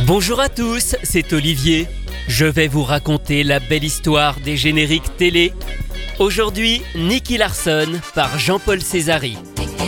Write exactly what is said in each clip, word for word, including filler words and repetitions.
Bonjour à tous, c'est Olivier. Je vais vous raconter la belle histoire des génériques télé. Aujourd'hui, Nicky Larson par Jean-Paul Césari.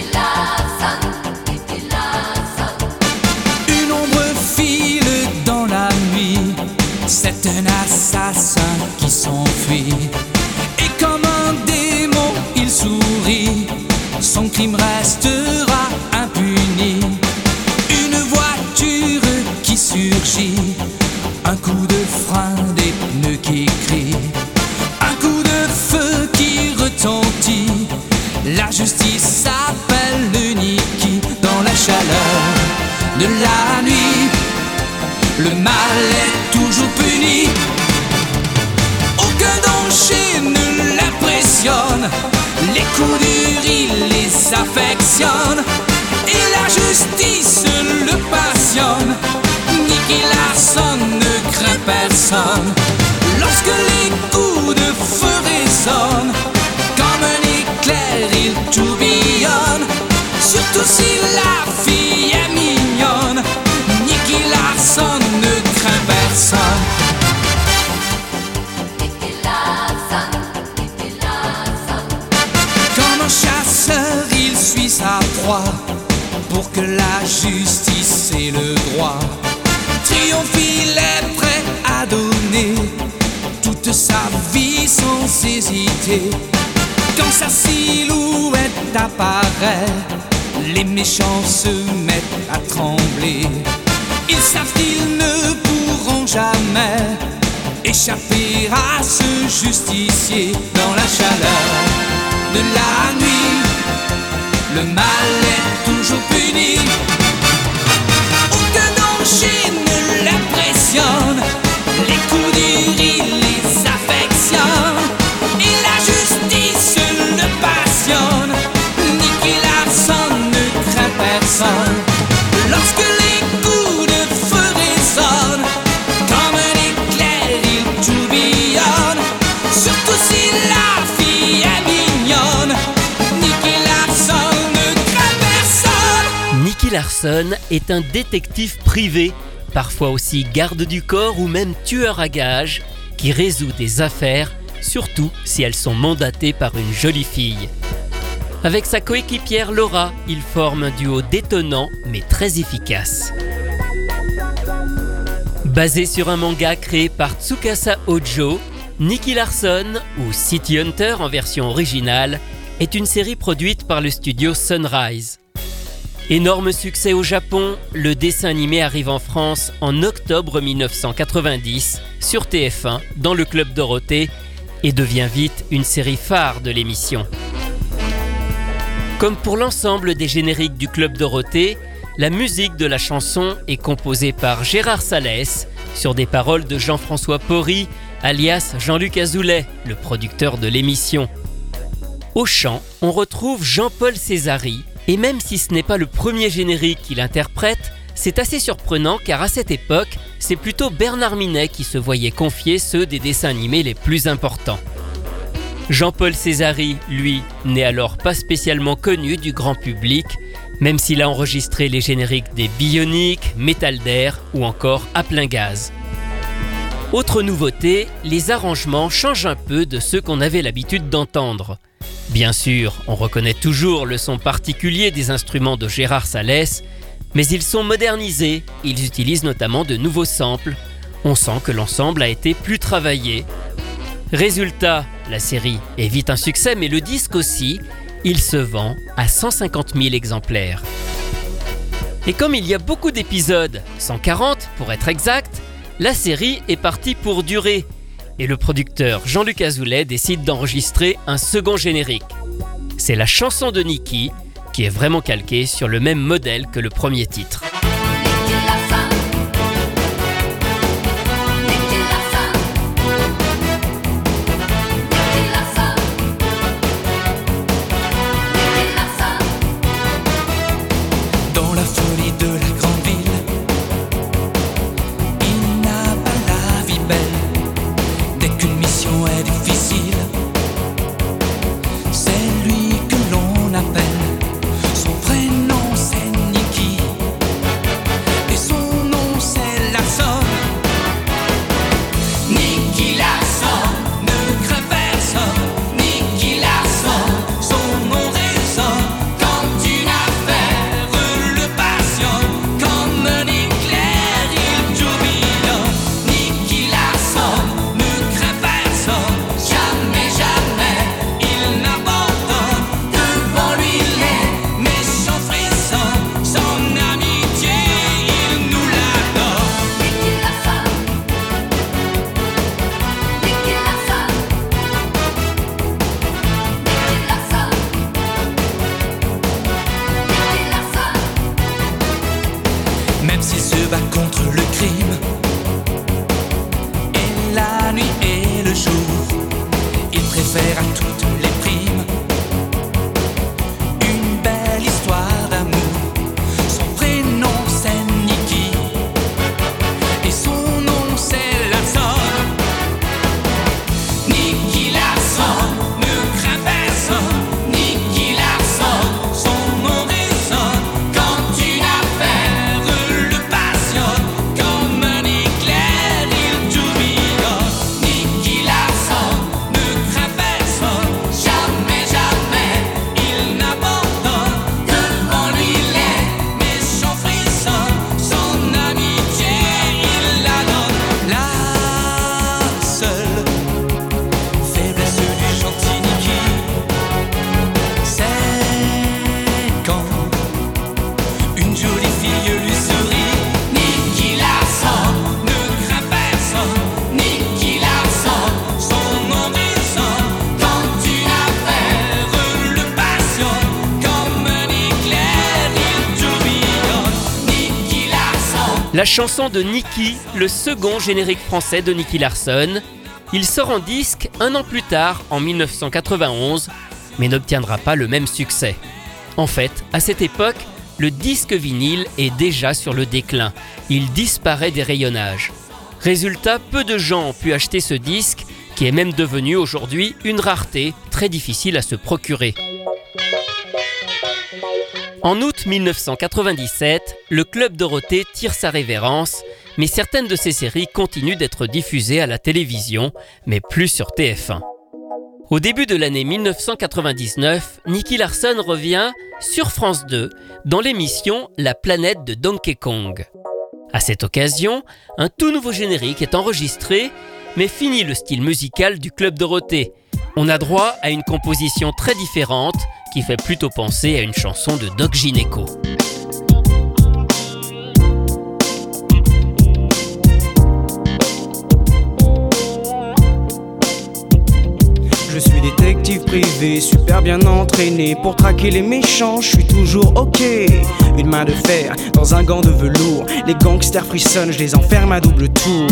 Une ombre file dans la nuit, c'est un assassin qui s'enfuit. Et comme un démon, il sourit, son crime restera impuni. Une voiture qui surgit, un coup de frein, des pneus qui crient, un coup de feu qui retentit. La justice s'appelle Nicky. Dans la chaleur de la nuit, le mal est toujours puni. Aucun danger ne l'impressionne, les coups durs il les affectionne, et la justice le passionne. Nicky Larson ne craint personne. Lorsque les coups de feu résonnent, comme un éclair il tourbillonne. Surtout si la fille est mignonne, Nicky Larson ne craint personne. Nicky Larson, Nicky Larson. Comme un chasseur il suit sa proie, pour que la justice ait le droit. Triomphe, il est prêt à donner toute sa vie sans hésiter. Quand sa silhouette apparaît, les méchants se mettent à trembler. Ils savent qu'ils ne pourront jamais échapper à ce justicier. Dans la chaleur de la nuit, le mal est toujours puni. Aucun danger ne l'impressionne, les coups durs il les affectionne, et la justice le passionne. Nicky Larson ne craint personne. Lorsque les coups de feu résonnent, comme un éclair il tourbillonne. Surtout si la fille est mignonne, Nicky Larson ne craint personne. Nicky Larson est un détective privé, parfois aussi garde du corps ou même tueur à gages, qui résout des affaires, surtout si elles sont mandatées par une jolie fille. Avec sa coéquipière Laura, il forme un duo détonnant mais très efficace. Basé sur un manga créé par Tsukasa Ojo, Nicky Larson, ou City Hunter en version originale, est une série produite par le studio Sunrise. Énorme succès au Japon, le dessin animé arrive en France en octobre mille neuf cent quatre-vingt-dix sur T F un dans le Club Dorothée et devient vite une série phare de l'émission. Comme pour l'ensemble des génériques du Club Dorothée, la musique de la chanson est composée par Gérard Salès sur des paroles de Jean-François Porry, alias Jean-Luc Azoulay, le producteur de l'émission. Au chant, on retrouve Jean-Paul Césari, et même si ce n'est pas le premier générique qu'il interprète, c'est assez surprenant car à cette époque, c'est plutôt Bernard Minet qui se voyait confier ceux des dessins animés les plus importants. Jean-Paul Césari, lui, n'est alors pas spécialement connu du grand public, même s'il a enregistré les génériques des Bioniques, Métal d'Air ou encore À plein gaz. Autre nouveauté, les arrangements changent un peu de ceux qu'on avait l'habitude d'entendre. Bien sûr, on reconnaît toujours le son particulier des instruments de Gérard Salès, mais ils sont modernisés, ils utilisent notamment de nouveaux samples. On sent que l'ensemble a été plus travaillé. Résultat, la série est vite un succès, mais le disque aussi, il se vend à cent cinquante mille exemplaires. Et comme il y a beaucoup d'épisodes, cent quarante pour être exact, la série est partie pour durer. Et le producteur Jean-Luc Azoulay décide d'enregistrer un second générique. C'est la chanson de Nicky, qui est vraiment calquée sur le même modèle que le premier titre. Dans la folie de la grande ville, il n'a pas la vie belle. Dès qu'une mission est difficile, c'est lui que l'on appelle. Son prénom c'est Nicky, et son même s'il se bat contre le crime. Et la nuit et le jour, il préfère à toutes les primes une belle histoire d'amour. Son prénom c'est Nicky et son nom c'est Larson. Nicky Larson ne craint personne. Nicky Larson, son nom résonne quand une affaire le passionne. Comme un éclair il tourbillonne. Nicky Larson ne craint personne. Jamais, jamais il n'abandonne. Devant lui les méchants frissonnent. Son amitié il la donne. La seule faiblesse du gentil Nicky, c'est quand une jolie fille lui sourit. Nicky Larson ne craint personne. Nicky Larson, son nom résonne quand une affaire le passionne. Comme un éclair il tourbillonne. Nicky Larson. La chanson de Nicky, le second générique français de Nicky Larson. Il sort en disque un an plus tard, en dix-neuf cent quatre-vingt-onze, mais n'obtiendra pas le même succès. En fait, à cette époque, le disque vinyle est déjà sur le déclin. Il disparaît des rayonnages. Résultat, peu de gens ont pu acheter ce disque, qui est même devenu aujourd'hui une rareté très difficile à se procurer. En août dix-neuf cent quatre-vingt-dix-sept, le Club Dorothée tire sa révérence, mais certaines de ses séries continuent d'être diffusées à la télévision, mais plus sur T F un. Au début de l'année dix-neuf cent quatre-vingt-dix-neuf, Nicky Larson revient sur France deux dans l'émission La planète de Donkey Kong. À cette occasion, un tout nouveau générique est enregistré, mais fini le style musical du Club Dorothée. On a droit à une composition très différente qui fait plutôt penser à une chanson de Doc Gynéco. Je suis détective privé, super bien entraîné. Pour traquer les méchants, je suis toujours ok. Une main de fer dans un gant de velours. Les gangsters frissonnent, je les enferme à double tour.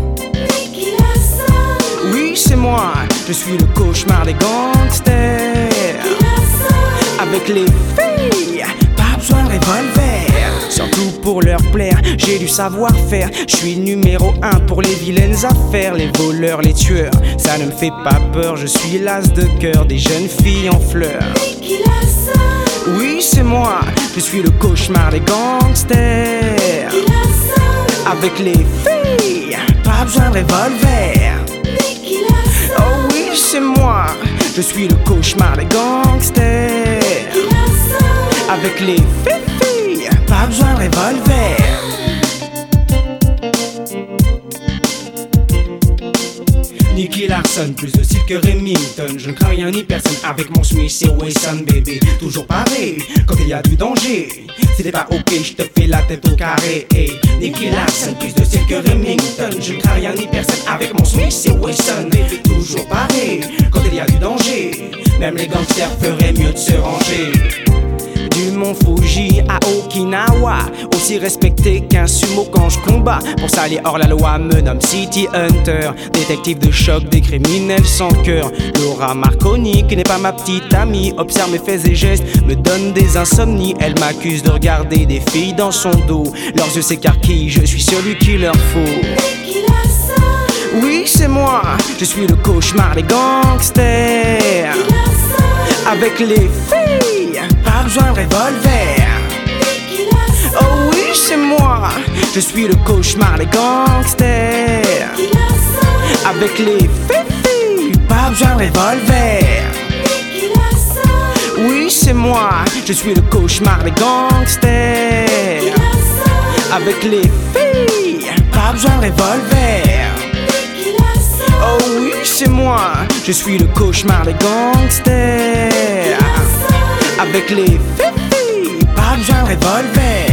Oui, c'est moi, je suis le cauchemar des gangsters. Avec les filles, pas besoin de revolver. Surtout pour leur plaire, j'ai du savoir-faire. Je suis numéro un pour les vilaines affaires. Les voleurs, les tueurs, ça ne me fait pas peur. Je suis l'as de cœur des jeunes filles en fleurs. Oui, c'est moi, je suis le cauchemar des gangsters. Avec les filles, pas besoin de revolver. Oh oui, c'est moi, je suis le cauchemar des gangsters. Avec les filles, pas besoin de revolver. Nicky Larson, plus de style que Remington. Je ne crains rien ni personne avec mon Smith et Wesson, bébé. Toujours pareil, quand il y a du danger. Si t'es pas ok, je te fais la tête au carré. Hey. Nicky Larson, plus de style que Remington. Je ne crains rien ni personne avec mon Smith et Wesson, bébé. Toujours pareil, quand il y a du danger. Même les gangsters feraient mieux de se ranger. Du mont Fuji à Okinawa, aussi respecté qu'un sumo quand je combats. Pour s'allier hors la loi me nomme City Hunter. Détective de choc, des criminels sans cœur. Laura Marconi, qui n'est pas ma petite amie, observe mes faits et gestes, me donne des insomnies. Elle m'accuse de regarder des filles dans son dos. Leurs yeux s'écarquillent, je suis celui qu'il leur faut. Oui, c'est moi, je suis le cauchemar des gangsters. Avec les filles, pas besoin de revolver. Oh oui, c'est moi, je suis le cauchemar des gangsters. Avec les filles, pas besoin de revolver. Oui, c'est moi, je suis le cauchemar des gangsters. Avec les filles, pas besoin de revolver. Oh oui, c'est moi, je suis le cauchemar des gangsters. Avec les filles, pas besoin de revolver.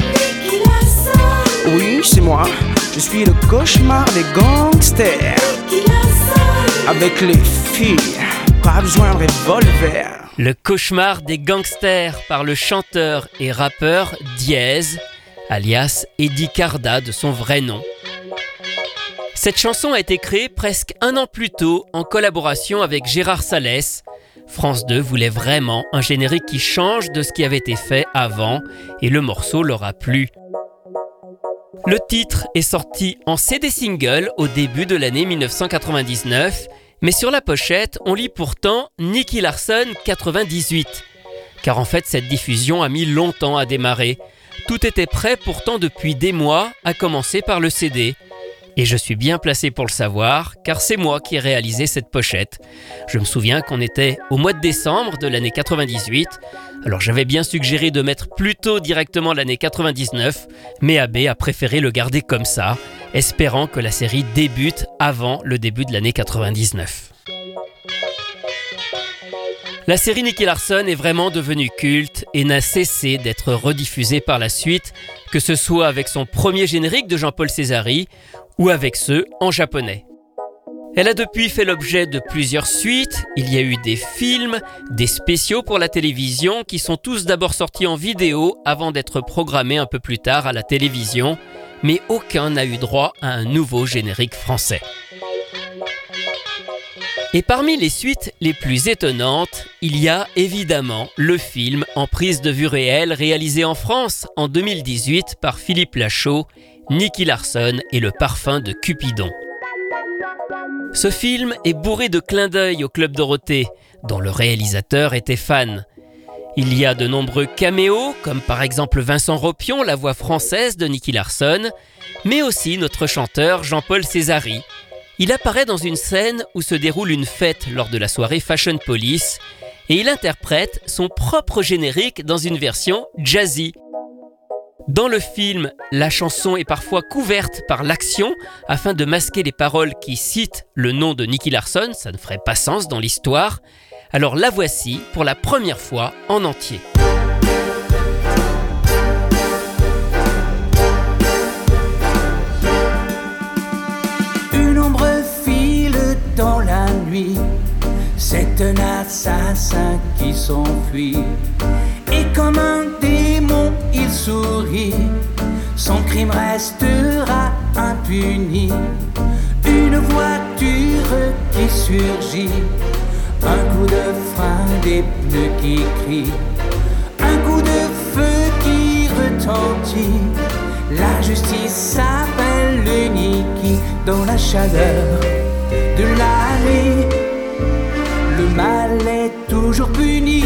Oui, c'est moi, je suis le cauchemar des gangsters. Avec les filles, pas besoin de revolver. Le cauchemar des gangsters par le chanteur et rappeur Diez. alias Eddie Carda de son vrai nom. Cette chanson a été créée presque un an plus tôt en collaboration avec Gérard Salès. France deux voulait vraiment un générique qui change de ce qui avait été fait avant et le morceau leur a plu. Le titre est sorti en C D single au début de l'année dix-neuf cent quatre-vingt-dix-neuf, mais sur la pochette, on lit pourtant Nicky Larson quatre-vingt-dix-huit. Car en fait, cette diffusion a mis longtemps à démarrer. Tout était prêt pourtant depuis des mois, à commencer par le C D. Et je suis bien placé pour le savoir, car c'est moi qui ai réalisé cette pochette. Je me souviens qu'on était au mois de décembre de l'année quatre-vingt-dix-huit, alors j'avais bien suggéré de mettre plutôt directement l'année quatre-vingt-dix-neuf, mais A B a préféré le garder comme ça, espérant que la série débute avant le début de l'année quatre-vingt-dix-neuf. La série Nicky Larson est vraiment devenue culte et n'a cessé d'être rediffusée par la suite, que ce soit avec son premier générique de Jean-Paul Césari ou avec ceux en japonais. Elle a depuis fait l'objet de plusieurs suites, il y a eu des films, des spéciaux pour la télévision qui sont tous d'abord sortis en vidéo avant d'être programmés un peu plus tard à la télévision, mais aucun n'a eu droit à un nouveau générique français. Et parmi les suites les plus étonnantes, il y a évidemment le film en prise de vue réelle réalisé en France en deux mille dix-huit par Philippe Lachaud, Nicky Larson et le parfum de Cupidon. Ce film est bourré de clins d'œil au Club Dorothée, dont le réalisateur était fan. Il y a de nombreux caméos, comme par exemple Vincent Ropion, la voix française de Nicky Larson, mais aussi notre chanteur Jean-Paul Césari. Il apparaît dans une scène où se déroule une fête lors de la soirée Fashion Police et il interprète son propre générique dans une version jazzy. Dans le film, la chanson est parfois couverte par l'action afin de masquer les paroles qui citent le nom de Nicky Larson, ça ne ferait pas sens dans l'histoire. Alors la voici pour la première fois en entier. Une ombre file dans la nuit, c'est un assassin qui s'enfuit. Et comme un démon, il sourit, son crime restera impuni. Une voiture qui surgit, un coup de frein, des pneus qui crient, un coup de feu qui retentit. La justice s'appelle le Nicky dans la chaleur de la nuit. Le mal est toujours puni.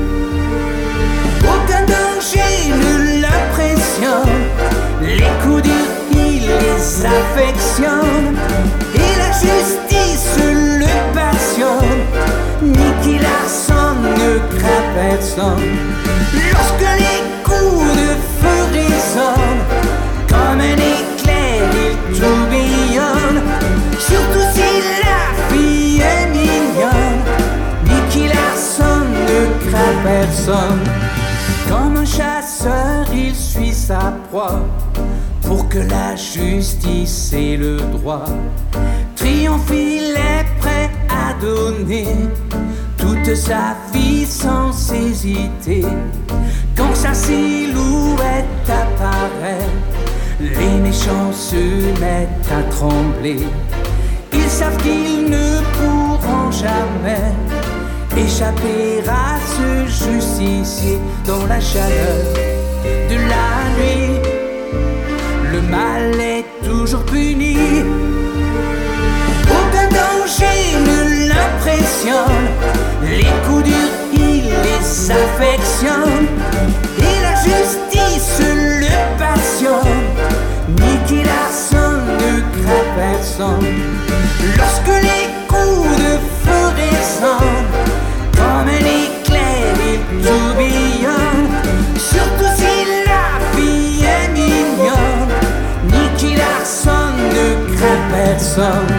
Aucun danger ne l'impressionne. Les coups durs, il les affectionne. Et la justice le passionne. Nicky Larson ne craint personne. Lorsque les coups de feu résonnent, comme un éclair, il tourbillonne. Surtout si la fille est mignonne, Nicky Larson ne craint personne. Comme un chasseur, il suit sa proie pour que la justice ait le droit. Triomphe, il est prêt à donner toute sa vie sans hésiter. Quand sa silhouette apparaît, les méchants se mettent à trembler. Ils savent qu'ils ne pourront jamais échapper à ce justicier dans la chaleur de la nuit. Le mal est toujours puni. Aucun danger ne l'impressionne. Les coups durs, il les affectionne. Et la justice le passionne. Nicky Larson ne craint personne. Lorsque les coups de feu résonnent, comme un éclair, il tourbillonne. Surtout si la fille est mignonne, Nicky Larson ne craint personne.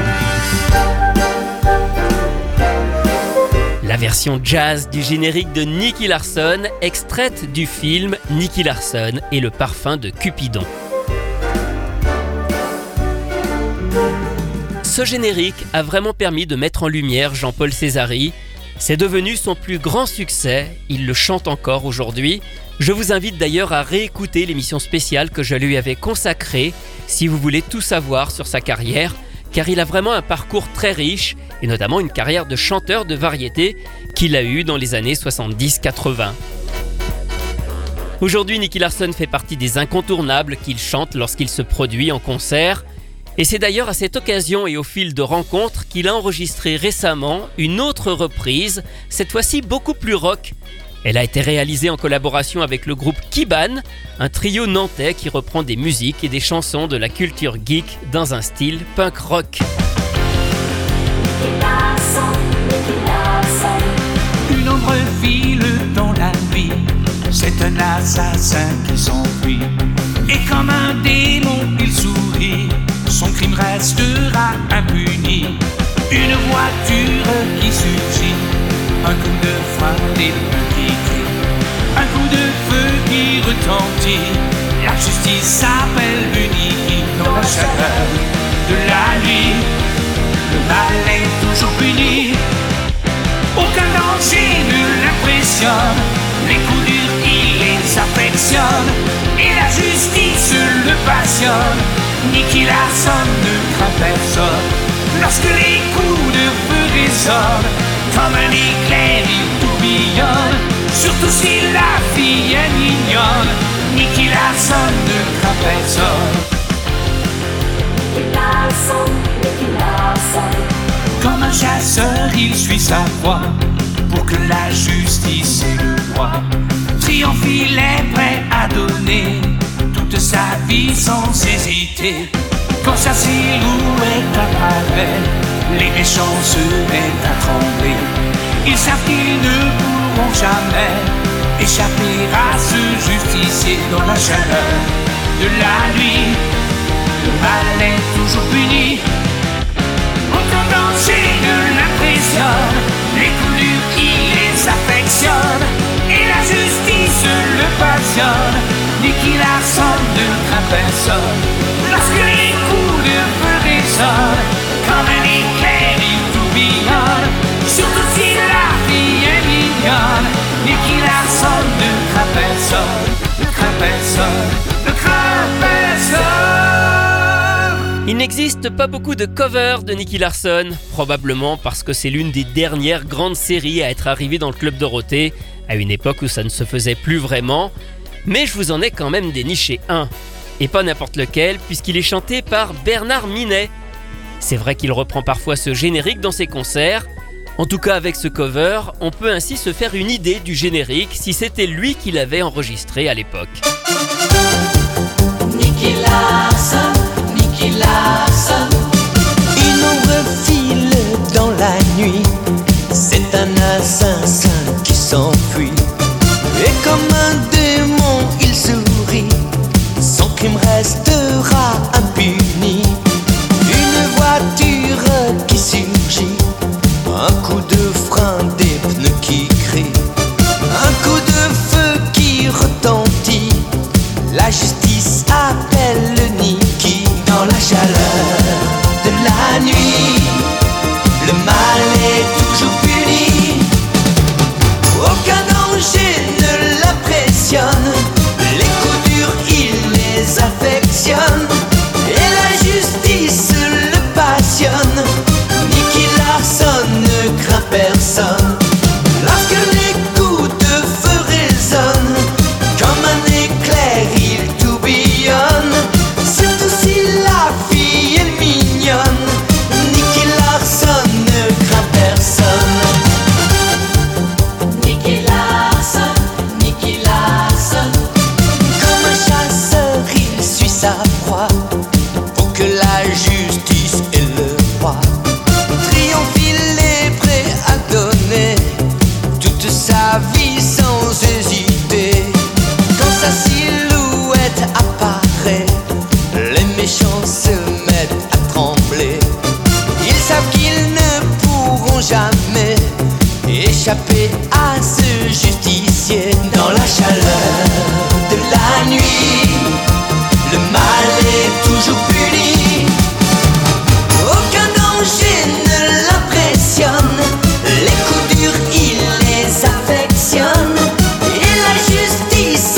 La version jazz du générique de Nicky Larson, extraite du film Nicky Larson et le parfum de Cupidon. Ce générique a vraiment permis de mettre en lumière Jean-Paul Césari. C'est devenu son plus grand succès, il le chante encore aujourd'hui, Je vous invite d'ailleurs à réécouter l'émission spéciale que je lui avais consacrée si vous voulez tout savoir sur sa carrière, car il a vraiment un parcours très riche et notamment une carrière de chanteur de variété qu'il a eue dans les années soixante-dix quatre-vingts. Aujourd'hui, Nicky Larson fait partie des incontournables qu'il chante lorsqu'il se produit en concert. Et c'est d'ailleurs à cette occasion et au fil de rencontres qu'il a enregistré récemment une autre reprise, cette fois-ci beaucoup plus rock. Elle a été réalisée en collaboration avec le groupe Kiban, un trio nantais qui reprend des musiques et des chansons de la culture geek dans un style punk rock. Une ombre file dans la nuit, c'est un assassin qui s'enfuit. Et comme un démon il sourit, son crime restera impuni. Une voiture qui surgit, un coup de frein, des pneus qui crient, un coup de feu qui retentit. La justice s'appelle unie dans la chaleur de la nuit. Le mal est toujours puni, aucun danger ne l'impressionne. Les coups durs il les affectionne et la justice le passionne. Nicky Larson ne craint personne lorsque les coups de feu résonnent. Comme un éclair il tourbillonne, surtout si la fille est mignonne. Nicky Larson ne craint personne. Nicky Larson, Nicky Larson. Comme un chasseur il suit sa proie pour que la justice et le droit triomphe. Il est prêt à donner toute sa vie sans hésiter. Quand sa silhouette apparaît, les méchants se mettent à trembler. Ils savent qu'ils ne pourront jamais échapper à ce justicier. Dans la chaleur de la nuit, le mal est toujours puni, aucun danger ne l'impressionne. Les coups durs il les affectionne et la justice le passionne. Nicky Larson ne craint personne lorsque les coups de feu résonnent. Comme un éclair il tourbillonne, surtout si la fille est mignonne. Nicky Larson ne craint personne, ne craint personne, ne craint personne. Il n'existe pas beaucoup de covers de Nicky Larson, probablement parce que c'est l'une des dernières grandes séries à être arrivée dans le Club Dorothée, à une époque où ça ne se faisait plus vraiment. Mais je vous en ai quand même déniché un, et pas n'importe lequel, puisqu'il est chanté par Bernard Minet. C'est vrai qu'il reprend parfois ce générique dans ses concerts. En tout cas, avec ce cover, on peut ainsi se faire une idée du générique si c'était lui qui l'avait enregistré à l'époque. Nicky Larson, Nicky Larson. Une ombre file dans la nuit, c'est un assassin qui s'enfuit. Et comme un démon il sourit, son crime restera impuni. Une voiture qui surgit, un coup de frein, des pneus qui crient, un coup de feu qui retentit. La justice appelle le Nicky. Dans la chaleur de la nuit, le mal est toujours puni, aucun danger ne l'impressionne. Les coups durs il les affectionne et la justice le passionne. Nicky Larson ne craint personne lorsque les coups de feu résonnent. Comme un éclair il tourbillonne, surtout si la fille est mignonne. Nicky Larson ne craint personne. Nicky Larson, Nicky Larson. Comme un chasseur il suit sa proie pour que la justice et le droit triomphe. Il est prêt à donner toute sa vie sans hésiter. Quand sa silhouette apparaît, les méchants se mettent à trembler. Ils savent qu'ils ne pourront jamais échapper à ce justicier. Dans la chaleur de la nuit, le mal est toujours puni, aucun danger ne l'impressionne. Les coups durs il les affectionne et la justice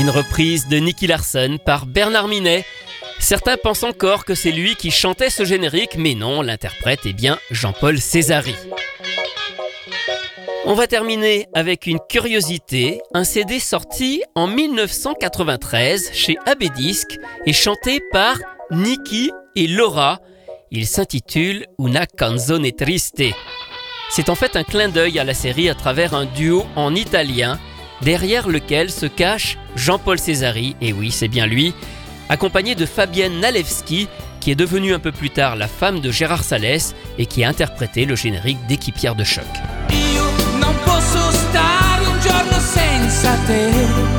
une reprise de Nicky Larson par Bernard Minet. Certains pensent encore que c'est lui qui chantait ce générique, mais non, l'interprète est bien Jean-Paul Césari. On va terminer avec une curiosité, un C D sorti en dix-neuf cent quatre-vingt-treize chez A B Disc et chanté par Nicky et Laura. Il s'intitule Una canzone triste. C'est en fait un clin d'œil à la série à travers un duo en italien, derrière lequel se cache Jean-Paul Césari, et oui, c'est bien lui, accompagné de Fabienne Nalewski, qui est devenue un peu plus tard la femme de Gérard Salès et qui a interprété le générique d'Équipière de choc. Io non posso stare un giorno senza te.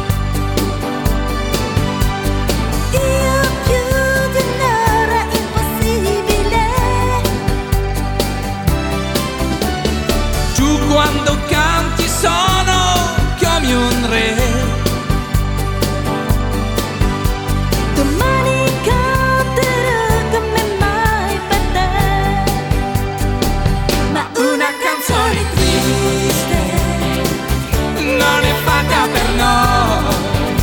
Quando canti sono come un re. Domani canterò come mai per te. Ma Una canzone triste non è fatta per noi.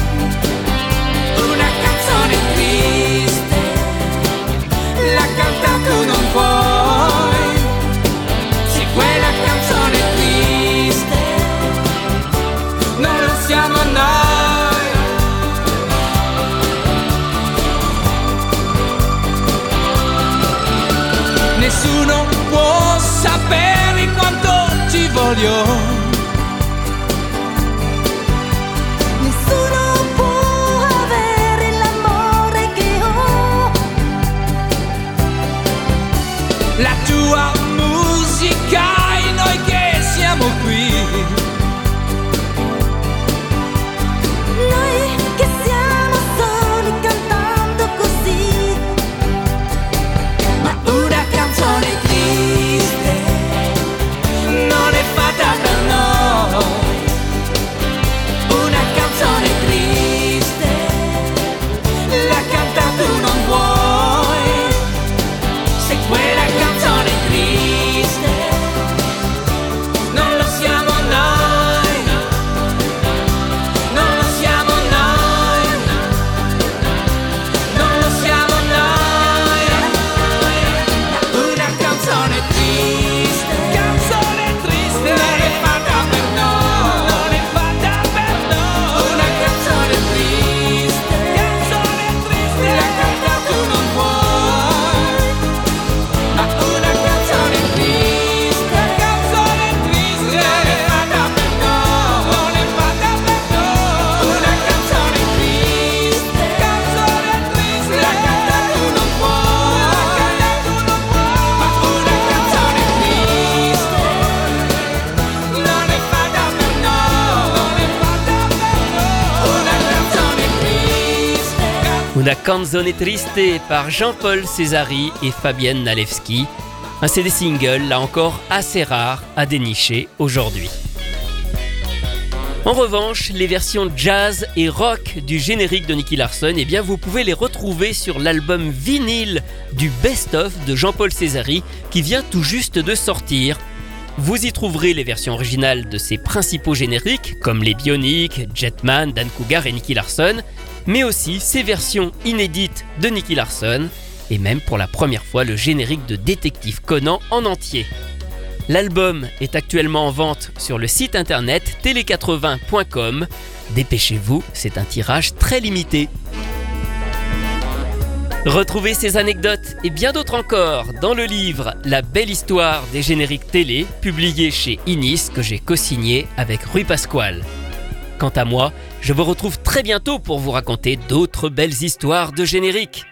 Una canzone triste la canta tu non puoi. Sì, quella canzone siamo noi. Nessuno può sapere quanto ti voglio. Nessuno può avere l'amore che ho. La tua musica e noi che siamo qui. Una canzone triste par Jean-Paul Césari et Fabienne Nalewski. Un C D single, là encore assez rare à dénicher aujourd'hui. En revanche, les versions jazz et rock du générique de Nicky Larson, eh bien vous pouvez les retrouver sur l'album vinyle du best-of de Jean-Paul Césari qui vient tout juste de sortir. Vous y trouverez les versions originales de ses principaux génériques, comme les Bionics, Jetman, Dan Cougar et Nicky Larson, mais aussi ses versions inédites de Nicky Larson, et même pour la première fois le générique de Détective Conan en entier. L'album est actuellement en vente sur le site internet télé quatre-vingts point com. Dépêchez-vous, c'est un tirage très limité. Retrouvez ces anecdotes et bien d'autres encore dans le livre La belle histoire des génériques télé, publié chez Inis, que j'ai co-signé avec Rui Pasquale. Quant à moi, je vous retrouve très bientôt pour vous raconter d'autres belles histoires de génériques.